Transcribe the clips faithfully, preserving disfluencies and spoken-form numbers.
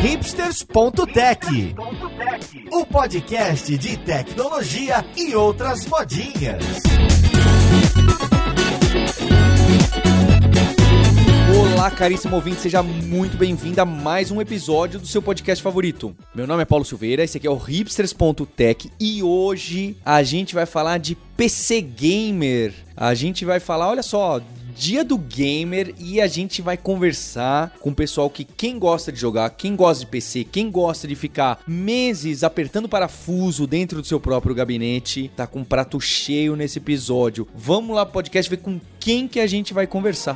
hipsters ponto tech, o podcast de tecnologia e outras modinhas. Olá, caríssimo ouvinte, seja muito bem-vindo a mais um episódio do seu podcast favorito. Meu nome é Paulo Silveira, esse aqui é o hipsters ponto tech e hoje a gente vai falar de P C Gamer. A gente vai falar, olha só, Dia do Gamer, e a gente vai conversar com o pessoal que quem gosta de jogar, quem gosta de P C, quem gosta de ficar meses apertando parafuso dentro do seu próprio gabinete, tá com um prato cheio nesse episódio. Vamos lá pro podcast ver com quem que a gente vai conversar.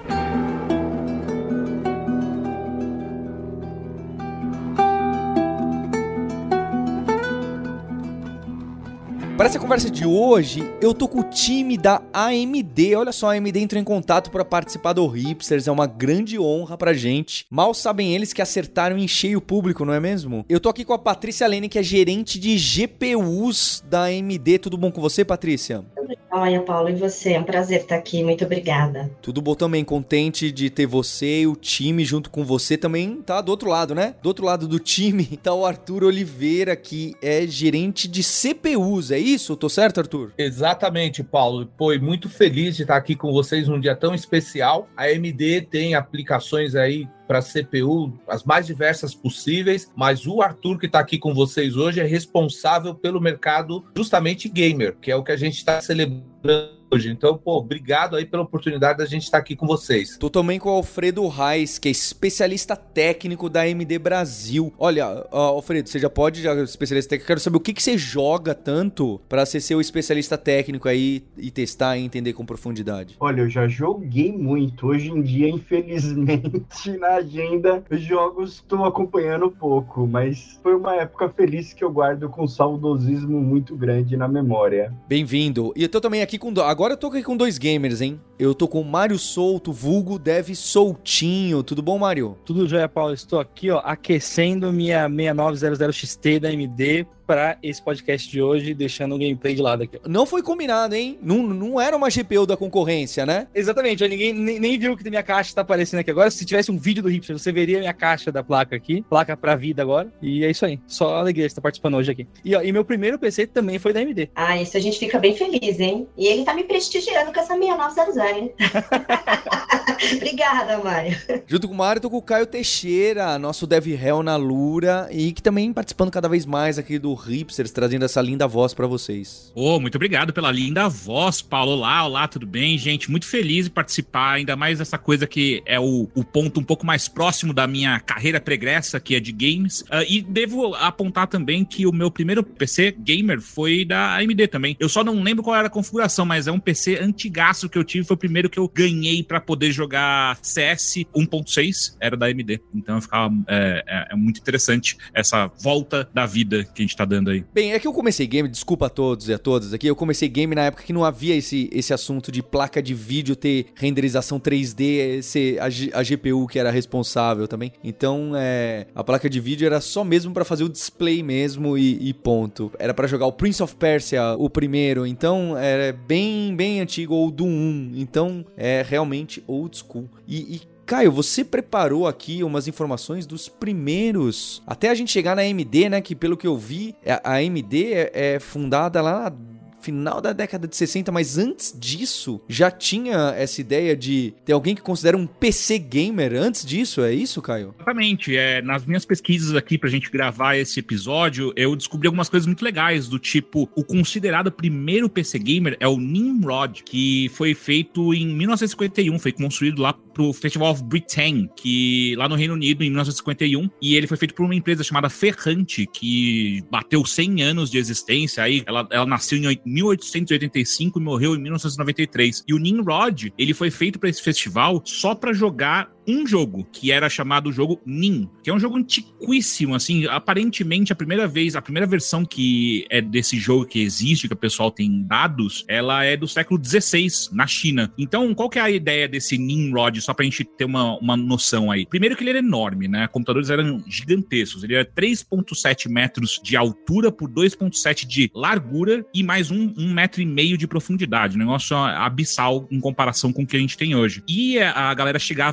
Para essa conversa de hoje, eu tô com o time da A M D. Olha só, a AMD entrou em contato para participar do Hipsters, é uma grande honra pra gente. Mal sabem eles que acertaram em cheio o público, não é mesmo? Eu tô aqui com a Patrícia Lene, que é gerente de G P Us da A M D. Tudo bom com você, Patrícia? Olha, Paulo, e você? É um prazer estar aqui, muito obrigada. Tudo bom também, contente de ter você e o time junto com você também, tá do outro lado, né? Do outro lado do time tá o Arthur Oliveira, que é gerente de C P Us, é isso? Tô certo, Arthur? Exatamente, Paulo. Pô, muito feliz de estar aqui com vocês num dia tão especial. A A M D tem aplicações aí para C P U, as mais diversas possíveis, mas o Arthur que está aqui com vocês hoje é responsável pelo mercado justamente gamer, que é o que a gente está celebrando hoje. Então, pô, obrigado aí pela oportunidade da gente estar aqui com vocês. Tô também com o Alfredo Reis, que é especialista técnico da A M D Brasil. Olha, uh, Alfredo, você já pode, já especialista técnico, quero saber o que, que você joga tanto para ser seu especialista técnico aí e testar e entender com profundidade. Olha, eu já joguei muito. Hoje em dia, infelizmente, na agenda, os jogos estou acompanhando pouco, mas foi uma época feliz que eu guardo com um saudosismo muito grande na memória. Bem-vindo. E eu tô também aqui com... Agora eu tô aqui com dois gamers, hein? Eu tô com o Mário Souto, vulgo Dev Soltinho. Tudo bom, Mário? Tudo jóia, Paulo. Estou aqui, ó, aquecendo minha sessenta e nove zero zero X T da A M D para esse podcast de hoje, deixando o gameplay de lado aqui. Não foi combinado, hein? Não, não era uma G P U da concorrência, né? Exatamente. Ó, ninguém nem, nem viu que minha caixa tá aparecendo aqui agora. Se tivesse um vídeo do Hipster, você veria a minha caixa da placa aqui. Placa pra vida agora. E é isso aí. Só alegria de estar participando hoje aqui. E, ó, e meu primeiro P C também foi da A M D. Ah, isso a gente fica bem feliz, hein? E ele tá me prestigiando com essa sessenta e nove zero zero, hein? Obrigada, Mário. Junto com o Mário, tô com o Caio Teixeira, nosso Dev Hell na Lura, e que também participando cada vez mais aqui do Hipsters, trazendo essa linda voz pra vocês. Ô, oh, muito obrigado pela linda voz, Paulo. Olá, olá, tudo bem, gente? Muito feliz de participar, ainda mais dessa coisa que é o, o ponto um pouco mais próximo da minha carreira pregressa, que é de games. Uh, e devo apontar também que o meu primeiro P C gamer foi da A M D também. Eu só não lembro qual era a configuração, mas é um P C antigaço que eu tive, foi o primeiro que eu ganhei pra poder jogar C S um ponto seis, era da A M D. Então ficava, é, é, é muito interessante essa volta da vida que a gente tá dando aí. Bem, é que eu comecei game, desculpa a todos e a todas aqui, eu comecei game na época que não havia esse, esse assunto de placa de vídeo ter renderização três D, ser a, G, a G P U que era responsável também. Então, é, a placa de vídeo era só mesmo pra fazer o display mesmo e, e ponto. Era pra jogar o Prince of Persia, o primeiro, então é bem, bem antigo, ou do um, então é realmente old school. E, e Caio, você preparou aqui umas informações dos primeiros, até a gente chegar na A M D, né, que pelo que eu vi, a A M D é, é fundada lá na final da década de sessenta, mas antes disso, já tinha essa ideia de ter alguém que considera um P C gamer antes disso, é isso, Caio? Exatamente, é, nas minhas pesquisas aqui pra gente gravar esse episódio, eu descobri algumas coisas muito legais, do tipo, o considerado primeiro P C gamer é o Nimrod, que foi feito em mil novecentos e cinquenta e um, foi construído lá pro Festival of Britain, que lá no Reino Unido, em mil novecentos e cinquenta e um, e ele foi feito por uma empresa chamada Ferrante, que bateu cem anos de existência, aí ela, ela nasceu em mil oitocentos e oitenta e cinco e morreu em mil novecentos e noventa e três. E o Nimrod, ele foi feito para esse festival só para jogar um jogo, que era chamado o jogo Nim, que é um jogo antiquíssimo, assim, aparentemente a primeira vez, a primeira versão que é desse jogo que existe, que o pessoal tem dados, ela é do século dezesseis, na China. Então, qual que é a ideia desse Nimrod, só pra gente ter uma, uma noção aí? Primeiro que ele era enorme, né? Computadores eram gigantescos, ele era três vírgula sete metros de altura por dois vírgula sete de largura e mais um, um metro e meio de profundidade, um negócio abissal em comparação com o que a gente tem hoje. E a galera chegava pra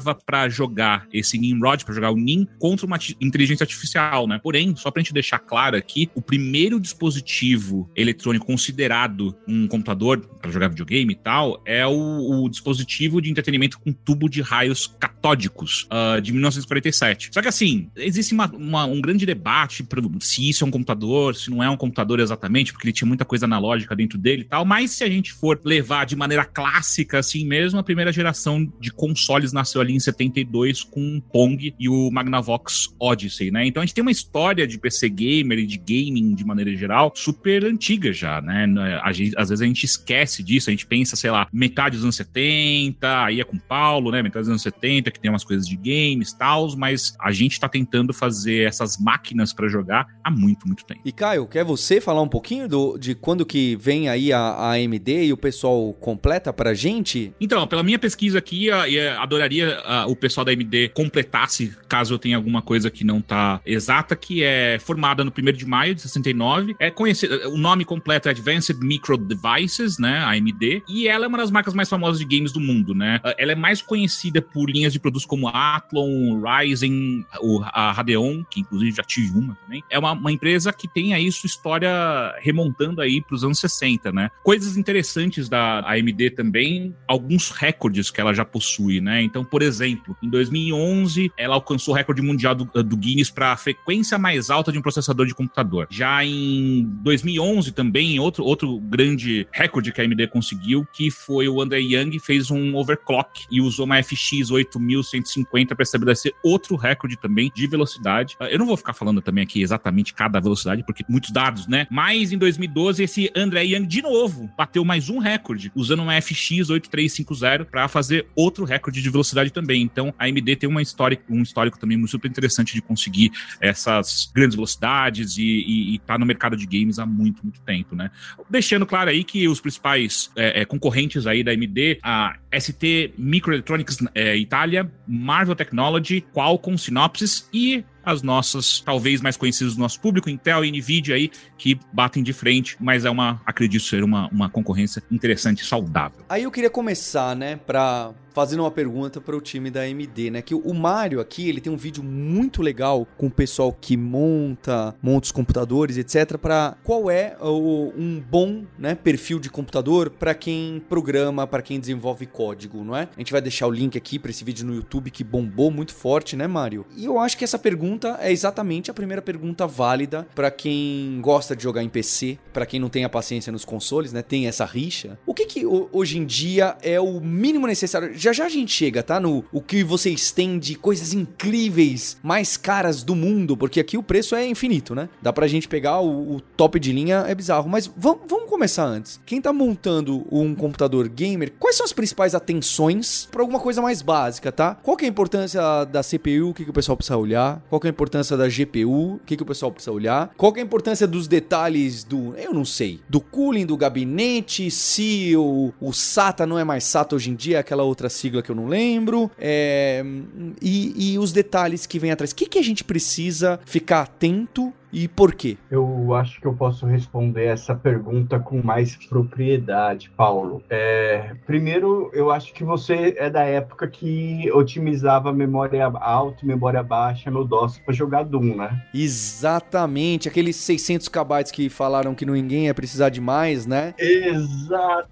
para jogar esse Nimrod, para jogar o Nim, contra uma inteligência artificial, né? Porém, só pra gente deixar claro aqui, o primeiro dispositivo eletrônico considerado um computador para jogar videogame e tal, é o, o dispositivo de entretenimento com tubo de raios catódicos uh, de mil novecentos e quarenta e sete. Só que assim, existe uma, uma, um grande debate se isso é um computador, se não é um computador exatamente, porque ele tinha muita coisa analógica dentro dele e tal, mas se a gente for levar de maneira clássica assim mesmo, a primeira geração de consoles nasceu ali em setenta e dois com o Pong e o Magnavox Odyssey, né? Então a gente tem uma história de P C gamer e de gaming de maneira geral super antiga já, né? A gente, às vezes a gente esquece disso, a gente pensa, sei lá, metade dos anos setenta, aí é com o Paulo, né? Metade dos anos setenta, que tem umas coisas de games e tal, mas a gente tá tentando fazer essas máquinas pra jogar há muito, muito tempo. E Caio, quer você falar um pouquinho do, de quando que vem aí a, a AMD e o pessoal completa pra gente? Então, pela minha pesquisa aqui, eu, eu adoraria uh, o pessoal da A M D completasse, caso eu tenha alguma coisa que não tá exata, que é formada no primeiro de maio de sessenta e nove, é conhecida, o nome completo é Advanced Micro Devices, né, A M D, e ela é uma das marcas mais famosas de games do mundo, né? Uh, ela é mais conhecida por linhas de produtos como Athlon, Ryzen, o, a Radeon, que inclusive já tive uma também. É uma, uma empresa que tem aí sua história remontando aí pros anos sessenta, né? Coisas interessantes da A M D também, alguns recordes que ela já possui, né? Então, por exemplo, em dois mil e onze, ela alcançou o recorde mundial do, do Guinness para a frequência mais alta de um processador de computador. Já em dois mil e onze também, outro, outro grande recorde que a A M D conseguiu, que foi o André Young, fez um overclock e usou uma F X oito mil cento e cinquenta para estabelecer outro recorde também de velocidade. Eu não vou ficar falando também aqui exatamente cada velocidade, porque muitos dados, né? Mas em dois mil e doze, esse André Young, de novo, bateu mais um recorde, usando uma F X oito três cinco zero para fazer outro recorde de velocidade também. Então, a A M D tem uma história, um histórico também super interessante de conseguir essas grandes velocidades e, e, e tá no mercado de games há muito, muito tempo, né? Deixando claro aí que os principais é, é, concorrentes aí da A M D, a S T Microelectronics é, Itália, Marvell Technology, Qualcomm, Synopsys e as nossas, talvez mais conhecidas do nosso público, Intel e Nvidia aí, que batem de frente, mas é uma, acredito ser uma, uma concorrência interessante e saudável. Aí eu queria começar, né, pra fazendo uma pergunta para o time da A M D, né, que o Mário aqui, ele tem um vídeo muito legal com o pessoal que monta, monta os computadores, etcétera, para qual é o, um bom, né, perfil de computador para quem programa, para quem desenvolve código, não é? A gente vai deixar o link aqui para esse vídeo no YouTube que bombou muito forte, né, Mário? E eu acho que essa pergunta é exatamente a primeira pergunta válida para quem gosta de jogar em P C, para quem não tem a paciência nos consoles, né, tem essa rixa. O que que hoje em dia é o mínimo necessário? Já já a gente chega, tá? No o que vocês têm de coisas incríveis, mais caras do mundo, porque aqui o preço é infinito, né? Dá pra gente pegar o, o top de linha, é bizarro. Mas vamos, vamos começar antes. Quem tá montando um computador gamer, quais são as principais atenções pra alguma coisa mais básica, tá? Qual que é a importância da C P U, o que, que o pessoal precisa olhar? Qual que é a importância da G P U, o que, que o pessoal precisa olhar? Qual que é a importância dos detalhes do, eu não sei, do cooling do gabinete, se o, o SATA não é mais SATA hoje em dia, é aquela outra sigla que eu não lembro, é, e, e os detalhes que vem atrás. O que, que a gente precisa ficar atento e por quê? Eu acho que eu posso responder essa pergunta com mais propriedade, Paulo. É, primeiro, eu acho que você é da época que otimizava memória alta e memória baixa no DOS para jogar Doom, né? Exatamente, aqueles seiscentos kilobytes que falaram que ninguém ia precisar de mais, né? Exato.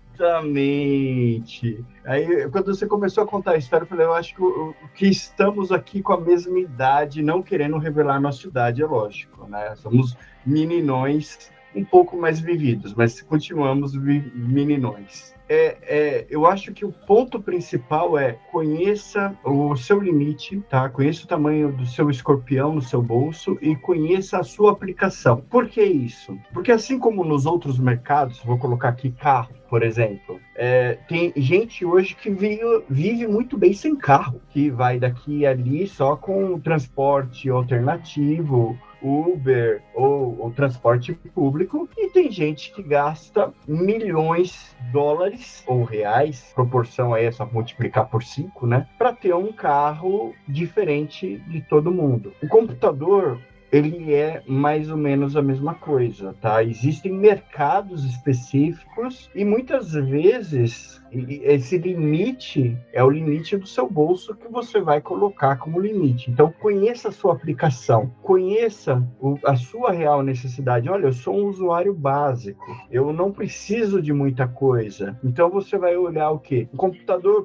Exatamente. Aí, quando você começou a contar a história, eu falei, eu acho que, o, que estamos aqui com a mesma idade, não querendo revelar nossa idade, é lógico, né? Somos meninões um pouco mais vividos, mas continuamos vi- meninões. É, é, eu acho que o ponto principal é conheça o seu limite, tá? Conheça o tamanho do seu escorpião no seu bolso e conheça a sua aplicação. Por que isso? Porque assim como nos outros mercados, vou colocar aqui carro, por exemplo, é, tem gente hoje que vive, vive muito bem sem carro, que vai daqui e ali só com transporte alternativo, Uber ou, ou transporte público, e tem gente que gasta milhões de dólares ou reais, proporção aí é só multiplicar por cinco, né, para ter um carro diferente de todo mundo. O computador, ele é mais ou menos a mesma coisa, tá? Existem mercados específicos e muitas vezes esse limite é o limite do seu bolso que você vai colocar como limite. Então, conheça a sua aplicação, conheça o, a sua real necessidade. Olha, eu sou um usuário básico, eu não preciso de muita coisa. Então, você vai olhar o quê? O computador,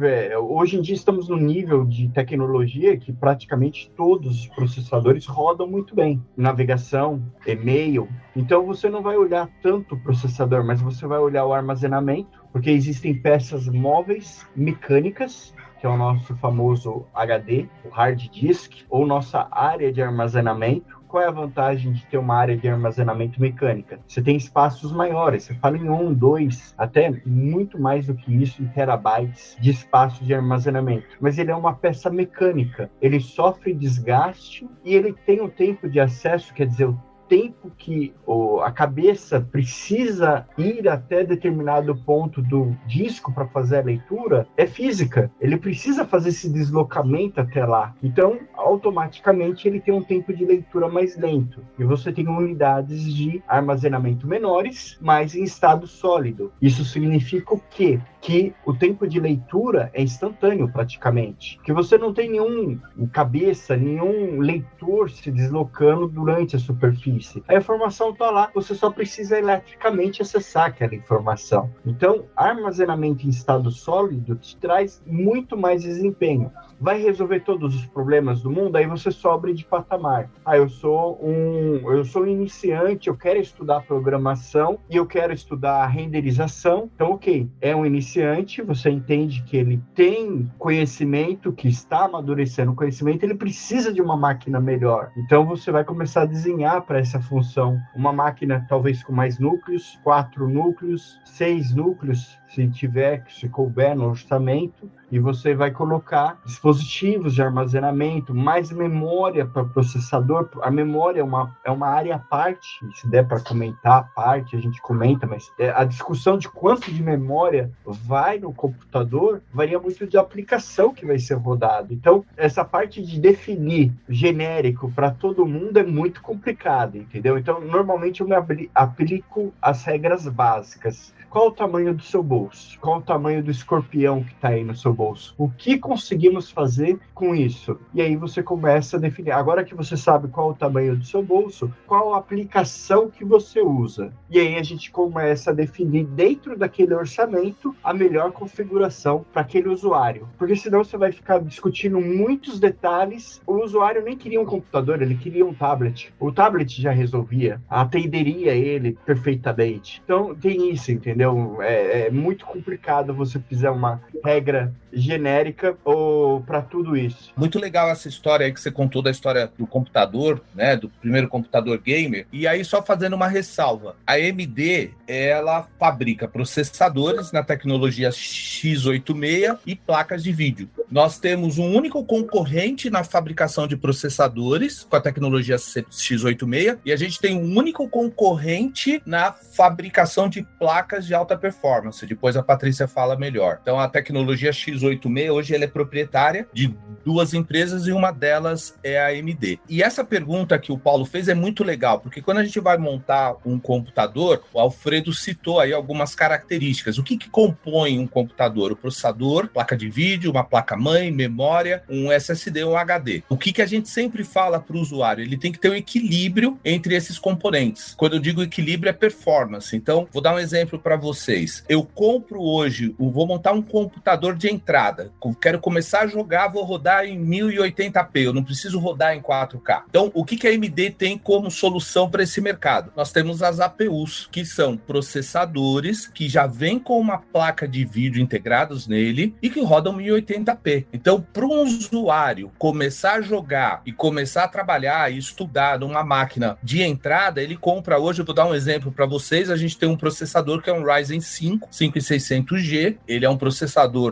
hoje em dia estamos no nível de tecnologia que praticamente todos os processadores rodam muito bem. Navegação, e-mail. Então, você não vai olhar tanto o processador, mas você vai olhar o armazenamento, porque existem peças móveis mecânicas, que é o nosso famoso H D, o hard disk, ou nossa área de armazenamento. Qual é a vantagem de ter uma área de armazenamento mecânica? Você tem espaços maiores, você fala em um, dois, até muito mais do que isso, em terabytes de espaço de armazenamento. Mas ele é uma peça mecânica, ele sofre desgaste e ele tem o tempo de acesso, quer dizer, o tempo que oh, a cabeça precisa ir até determinado ponto do disco para fazer a leitura é física. Ele precisa fazer esse deslocamento até lá. Então, automaticamente, ele tem um tempo de leitura mais lento. E você tem unidades de armazenamento menores, mas em estado sólido. Isso significa o quê? Que o tempo de leitura é instantâneo, praticamente. Que você não tem nenhum cabeça, nenhum leitor se deslocando durante a superfície. A informação está lá, você só precisa eletricamente acessar aquela informação. Então, armazenamento em estado sólido te traz muito mais desempenho. Vai resolver todos os problemas do mundo? Aí você sobe de patamar. Ah, eu sou um, eu sou um iniciante, eu quero estudar programação e eu quero estudar renderização. Então, ok, é um iniciante, você entende que ele tem conhecimento, que está amadurecendo o conhecimento, ele precisa de uma máquina melhor. Então, você vai começar a desenhar para essa função uma máquina talvez com mais núcleos, quatro núcleos, seis núcleos, se tiver, se couber no orçamento, e você vai colocar dispositivos de armazenamento, mais memória para processador. A memória é uma, é uma área à parte, se der para comentar à parte, a gente comenta, mas a discussão de quanto de memória vai no computador varia muito de aplicação que vai ser rodado. Então, essa parte de definir genérico para todo mundo é muito complicada, entendeu? Então, normalmente eu me aplico as regras básicas. Qual o tamanho do seu bolso? Qual o tamanho do escorpião que está aí no seu bolso? O que conseguimos fazer com isso? E aí você começa a definir. Agora que você sabe qual o tamanho do seu bolso, qual a aplicação que você usa? E aí a gente começa a definir dentro daquele orçamento a melhor configuração para aquele usuário. Porque senão você vai ficar discutindo muitos detalhes. O usuário nem queria um computador, ele queria um tablet. O tablet já resolvia, atenderia ele perfeitamente. Então tem isso, entendeu? É, é muito complicado você fizer uma regra genérica ou para tudo isso. Muito legal essa história aí que você contou da história do computador, né, do primeiro computador gamer. E aí só fazendo uma ressalva, a A M D, ela fabrica processadores na tecnologia x oitenta e seis e placas de vídeo. Nós temos um único concorrente na fabricação de processadores com a tecnologia x oitenta e seis e a gente tem um único concorrente na fabricação de placas de alta performance. Depois a Patrícia fala melhor. Então a tecnologia x oitenta e seis hoje ela é proprietária de duas empresas e uma delas é a A M D. E essa pergunta que o Paulo fez é muito legal, porque quando a gente vai montar um computador, o Alfredo citou aí algumas características. O que, que compõe um computador? O processador, placa de vídeo, uma placa-mãe, memória, um S S D ou um H D. O que, que a gente sempre fala para o usuário? Ele tem que ter um equilíbrio entre esses componentes. Quando eu digo equilíbrio, é performance. Então, vou dar um exemplo para vocês. Eu compro hoje, eu vou montar um computador de entrada. Quero começar a jogar, vou rodar em mil e oitenta p. Eu não preciso rodar em quatro K. Então, o que, que a A M D tem como solução para esse mercado? Nós temos as A P Us, que são processadores que já vêm com uma placa de vídeo integrados nele e que rodam mil e oitenta p. Então, para um usuário começar a jogar e começar a trabalhar e estudar numa máquina de entrada, ele compra hoje, eu vou dar um exemplo para vocês, a gente tem um processador que é um Ryzen cinco, cinco mil e seiscentos G, ele é um processador fantástico,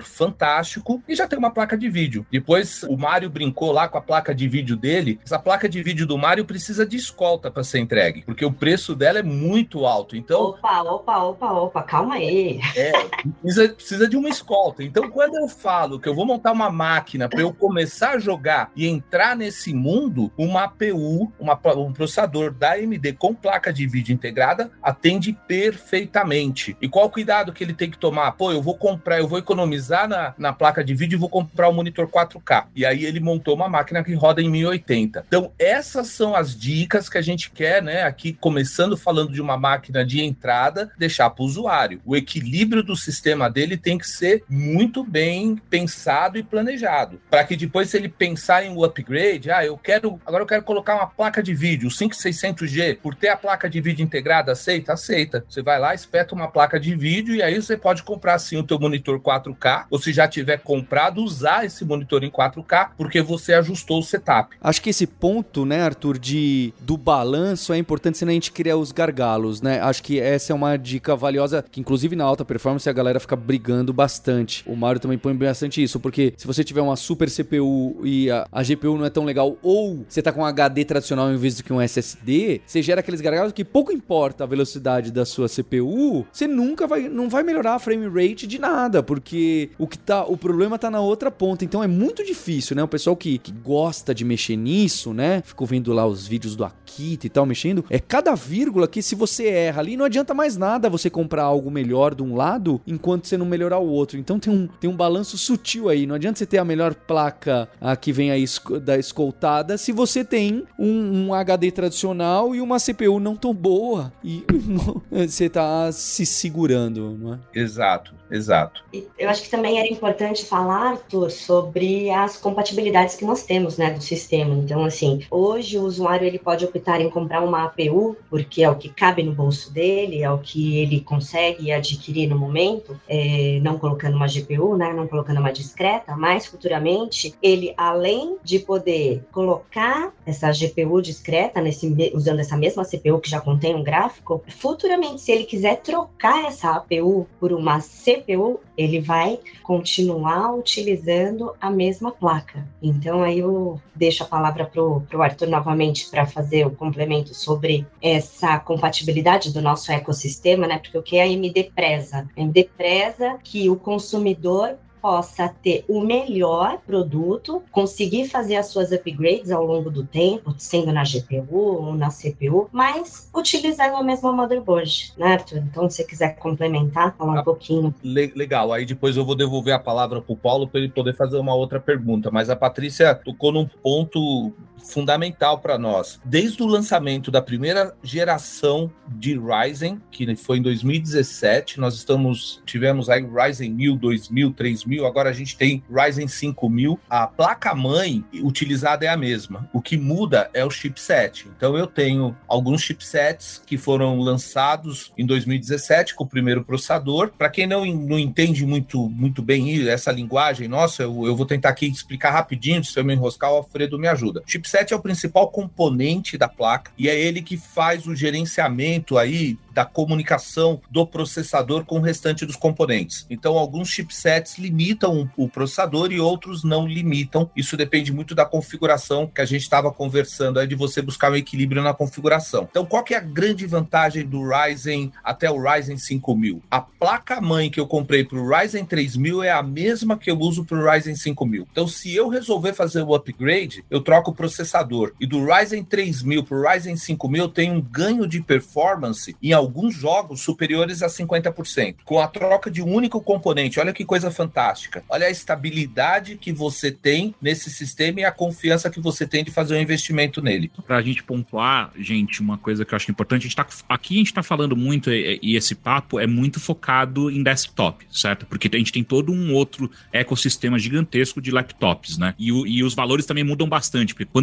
fantástico e já tem uma placa de vídeo. Depois o Mário brincou lá com a placa de vídeo dele. Essa placa de vídeo do Mário precisa de escolta para ser entregue, porque o preço dela é muito alto. Então, opa, opa, opa, opa, calma aí. É, precisa, precisa de uma escolta. Então, quando eu falo que eu vou montar uma máquina para eu começar a jogar e entrar nesse mundo, uma A P U, uma, um processador da A M D com placa de vídeo integrada atende perfeitamente. E qual o cuidado que ele tem que tomar? Pô, eu vou comprar, eu vou economizar na, na placa de vídeo e vou comprar um monitor quatro K. E aí ele montou uma máquina que roda em mil e oitenta. Então, essas são as dicas que a gente quer, né? Aqui, começando falando de uma máquina de entrada, deixar para o usuário. O equilíbrio do sistema dele tem que ser muito bem pensado e planejado, para que depois, se ele pensar em um upgrade, ah, eu quero, agora eu quero colocar uma placa de vídeo, cinco mil e seiscentos G, por ter a placa de vídeo integrada, aceita? Aceita. Você vai lá, espeta uma placa de vídeo e aí você pode comprar sim o teu monitor quatro K, ou se já tiver comprado, usar esse monitor em quatro K, porque você ajustou o setup. Acho que esse ponto, né, Arthur, de, do balanço é importante, senão a gente cria os gargalos, né? Acho que essa é uma dica valiosa, que inclusive na alta performance a galera fica brigando bastante. O Mário também põe bastante isso, porque se você tiver uma super C P U e a, a G P U não é tão legal, ou você tá com um H D tradicional em vez de que um S S D, você gera aqueles gargalos que pouco importa a velocidade da sua C P U, você nunca vai, não vai melhorar a frame rate de nada, porque o, que tá, o problema tá na outra ponta. Então é muito difícil, né? O pessoal que, que gosta de mexer nisso, né? Ficou vendo lá os vídeos do Akita e tal, mexendo, é cada vírgula que se você erra ali, não adianta mais nada você comprar algo melhor de um lado, enquanto você não melhorar o outro. Então tem um, tem um balanço sutil aí. Não adianta você ter a melhor placa a que vem aí da escoltada se você tem um, um H D tradicional e uma C P U não tão boa e você tá se segurando, não é? Exato, exato. Eu acho que também era importante falar, Arthur, sobre as compatibilidades que nós temos, né, do sistema. Então, assim, hoje o usuário ele pode optar em comprar uma A P U, porque é o que cabe no bolso dele, é o que ele consegue adquirir no momento, é, não colocando uma G P U, né, não colocando uma discreta, mas futuramente ele, além de poder colocar essa G P U discreta, nesse, usando essa mesma C P U que já contém um gráfico, futuramente, se ele quiser trocar essa A P U por uma C P U, ele vai continuar utilizando a mesma placa. Então, aí eu deixo a palavra para o Arthur novamente para fazer o complemento sobre essa compatibilidade do nosso ecossistema, né? Porque o que a AMD preza? A AMD preza que o consumidor possa ter o melhor produto, conseguir fazer as suas upgrades ao longo do tempo, sendo na G P U ou na C P U, mas utilizando a mesma motherboard, né, Arthur? Então, se você quiser complementar, falar um pouquinho. Legal, aí depois eu vou devolver a palavra para o Paulo para ele poder fazer uma outra pergunta, mas a Patrícia tocou num ponto fundamental para nós. Desde o lançamento da primeira geração de Ryzen, que foi em dois mil e dezessete, nós estamos, tivemos aí Ryzen mil, dois mil, três mil, agora a gente tem Ryzen cinco mil. A placa-mãe utilizada é a mesma. O que muda é o chipset. Então eu tenho alguns chipsets que foram lançados em dois mil e dezessete com o primeiro processador. Para quem não, não entende muito, muito bem essa linguagem, nossa, eu, eu vou tentar aqui explicar rapidinho, se eu me enroscar, o Alfredo me ajuda. O chipset é o principal componente da placa e é ele que faz o gerenciamento aí da comunicação do processador com o restante dos componentes. Então, alguns chipsets limitam o processador e outros não limitam. Isso depende muito da configuração que a gente estava conversando, aí de você buscar um equilíbrio na configuração. Então, qual que é a grande vantagem do Ryzen até o Ryzen cinco mil? A placa-mãe que eu comprei para o Ryzen três mil é a mesma que eu uso para o Ryzen cinco mil. Então, se eu resolver fazer o upgrade, eu troco o processador. E do Ryzen três mil para o Ryzen cinco mil, eu tenho um ganho de performance em alguns jogos superiores a cinquenta por cento, com a troca de um único componente. Olha que coisa fantástica. Olha a estabilidade que você tem nesse sistema e a confiança que você tem de fazer um investimento nele. Pra gente pontuar, gente, uma coisa que eu acho importante, a gente tá, aqui a gente tá falando muito, e, e esse papo é muito focado em desktop, certo? Porque a gente tem todo um outro ecossistema gigantesco de laptops, né? E, o, e os valores também mudam bastante, porque quando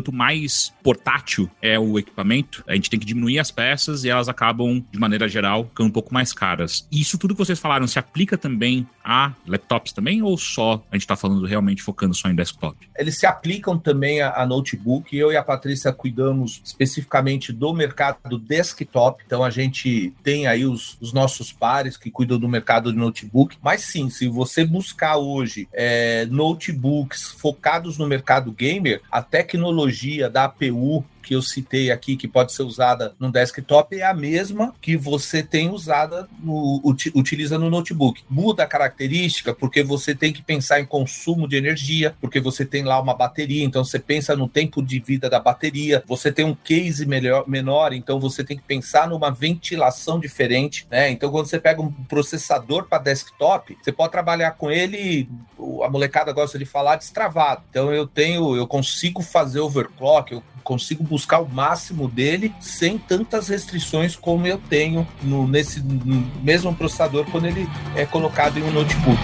quanto mais portátil é o equipamento, a gente tem que diminuir as peças e elas acabam, de maneira geral, ficando um pouco mais caras. Isso tudo que vocês falaram se aplica também a laptops também, ou só a gente tá falando realmente focando só em desktop? Eles se aplicam também a, a notebook. Eu e a Patrícia cuidamos especificamente do mercado desktop, então a gente tem aí os, os nossos pares que cuidam do mercado de notebook, mas sim, se você buscar hoje é, notebooks focados no mercado gamer, a tecnologia da A P U que eu citei aqui, que pode ser usada no desktop, é a mesma que você tem usada, no, uti, utiliza no notebook. Muda a característica, porque você tem que pensar em consumo de energia, porque você tem lá uma bateria, então você pensa no tempo de vida da bateria, você tem um case melhor, menor, então você tem que pensar numa ventilação diferente, né? Então, quando você pega um processador para desktop, você pode trabalhar com ele, a molecada gosta de falar, destravado. Então, eu tenho, eu consigo fazer overclock, eu consigo buscar o máximo dele sem tantas restrições como eu tenho no, nesse no mesmo processador quando ele é colocado em um notebook.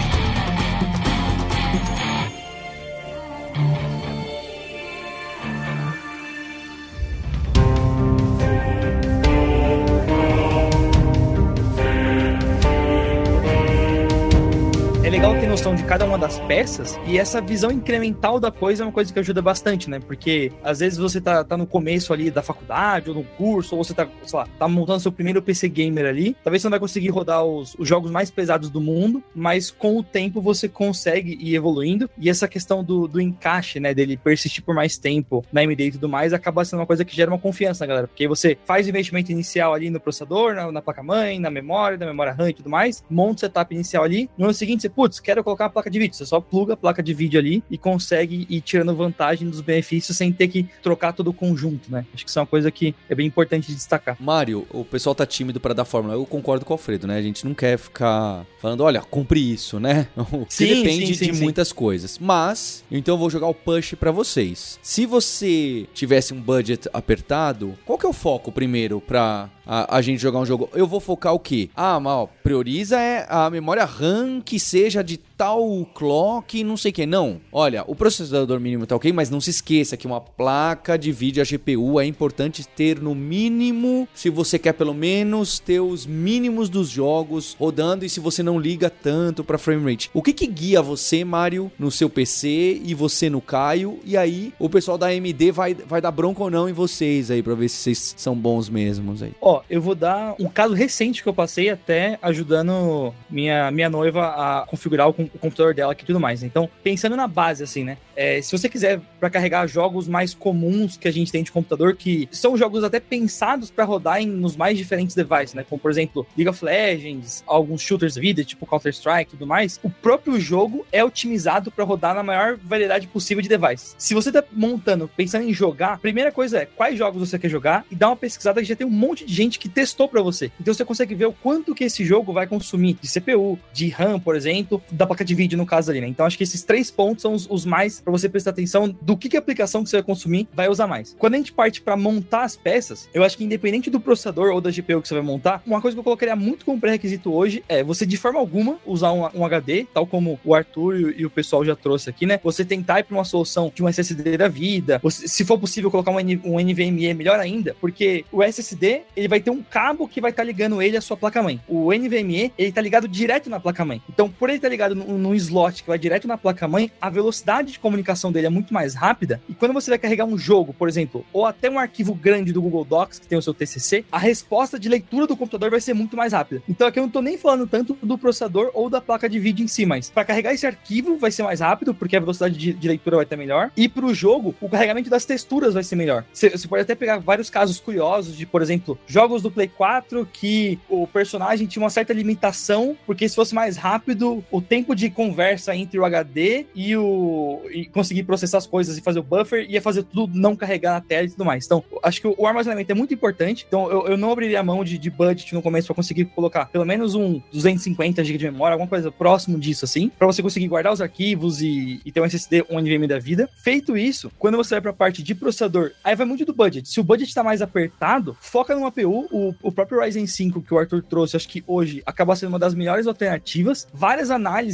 É legal ter noção de cada uma das peças, e essa visão incremental da coisa é uma coisa que ajuda bastante, né? Porque às vezes você tá, tá no começo ali da faculdade, ou no curso, ou você tá, sei lá, tá montando seu primeiro P C gamer ali. Talvez você não vai conseguir rodar os, os jogos mais pesados do mundo, mas com o tempo você consegue ir evoluindo. E essa questão do, do encaixe, né? Dele persistir por mais tempo na A M D e tudo mais, acaba sendo uma coisa que gera uma confiança, galera. Porque aí você faz o investimento inicial ali no processador, na, na placa-mãe, na memória, na memória RAM e tudo mais, monta o setup inicial ali. No ano seguinte, você putz, quero colocar uma placa de vídeo. Você só pluga a placa de vídeo ali e consegue ir tirando vantagem dos benefícios sem ter que trocar todo o conjunto, né? Acho que isso é uma coisa que é bem importante de destacar. Mário, o pessoal tá tímido pra dar fórmula. Eu concordo com o Alfredo, né? A gente não quer ficar falando, olha, compre isso, né? Sim, depende sim, sim, de sim. muitas coisas. Mas, então eu vou jogar o push pra vocês. Se você tivesse um budget apertado, qual que é o foco primeiro pra a, a gente jogar um jogo? Eu vou focar o quê? Ah, mal, prioriza é a memória RAM que seja de tal clock, não sei o que. Não, olha, o processador mínimo tá ok, mas não se esqueça que uma placa de vídeo, a G P U, é importante ter no mínimo, se você quer pelo menos ter os mínimos dos jogos rodando e se você não liga tanto pra frame rate. O que que guia você, Mário, no seu P C e você no Caio? E aí o pessoal da A M D vai, vai dar bronca ou não em vocês aí, pra ver se vocês são bons mesmos aí. Ó, eu vou dar um caso recente que eu passei até ajudando minha, minha noiva a configurar o, o computador dela aqui e tudo mais. Então, pensando na base, assim, né? É, se você quiser para carregar jogos mais comuns que a gente tem de computador, que são jogos até pensados para rodar em, nos mais diferentes devices, né? Como, por exemplo, League of Legends, alguns shooters da vida, tipo Counter-Strike e tudo mais. O próprio jogo é otimizado para rodar na maior variedade possível de devices. Se você tá montando, pensando em jogar, a primeira coisa é quais jogos você quer jogar e dá uma pesquisada que já tem um monte de gente que testou para você. Então você consegue ver o quanto que esse jogo vai consumir de C P U, de RAM, por exemplo, da placa de vídeo no caso ali, né? Então acho que esses três pontos são os, os mais para você prestar atenção do que, que a aplicação que você vai consumir vai usar mais. Quando a gente parte para montar as peças, eu acho que independente do processador ou da G P U que você vai montar, uma coisa que eu colocaria muito como pré-requisito hoje é você de forma alguma usar um, um H D, tal como o Arthur e, e o pessoal já trouxe aqui, né? Você tentar ir para uma solução de um S S D da vida, você, se for possível colocar um, um N V M e melhor ainda, porque o S S D ele vai ter um cabo que vai estar tá ligando ele à sua placa-mãe. O N V M e ele tá ligado direto na placa-mãe. Então, por ele estar tá ligado num, num slot que vai direto na placa-mãe, a velocidade de comunicação dele é muito mais rápida. E quando você vai carregar um jogo, por exemplo, ou até um arquivo grande do Google Docs que tem o seu T C C, a resposta de leitura do computador vai ser muito mais rápida. Então, aqui eu não tô nem falando tanto do processador ou da placa de vídeo em si, mas para carregar esse arquivo vai ser mais rápido, porque a velocidade de, de leitura vai estar melhor. E pro jogo, o carregamento das texturas vai ser melhor. Você pode até pegar vários casos curiosos de, por exemplo, jogos do Play quatro que o personagem tinha uma certa limitação, porque se fosse mais rápido, o tempo de conversa entre o H D e o e conseguir processar as coisas e fazer o buffer ia fazer tudo não carregar na tela e tudo mais. Então, acho que o armazenamento é muito importante. Então, eu, eu não abriria a mão de, de budget no começo para conseguir colocar pelo menos um duzentos e cinquenta gigabytes de memória, alguma coisa próximo disso, assim, para você conseguir guardar os arquivos e, e ter um S S D, um N V M da vida. Feito isso, quando você vai para a parte de processador, aí vai muito do budget. Se o budget tá mais apertado, foca numa A P U. O, o próprio Ryzen cinco que o Arthur trouxe, acho que hoje acaba sendo uma das melhores alternativas. Várias análises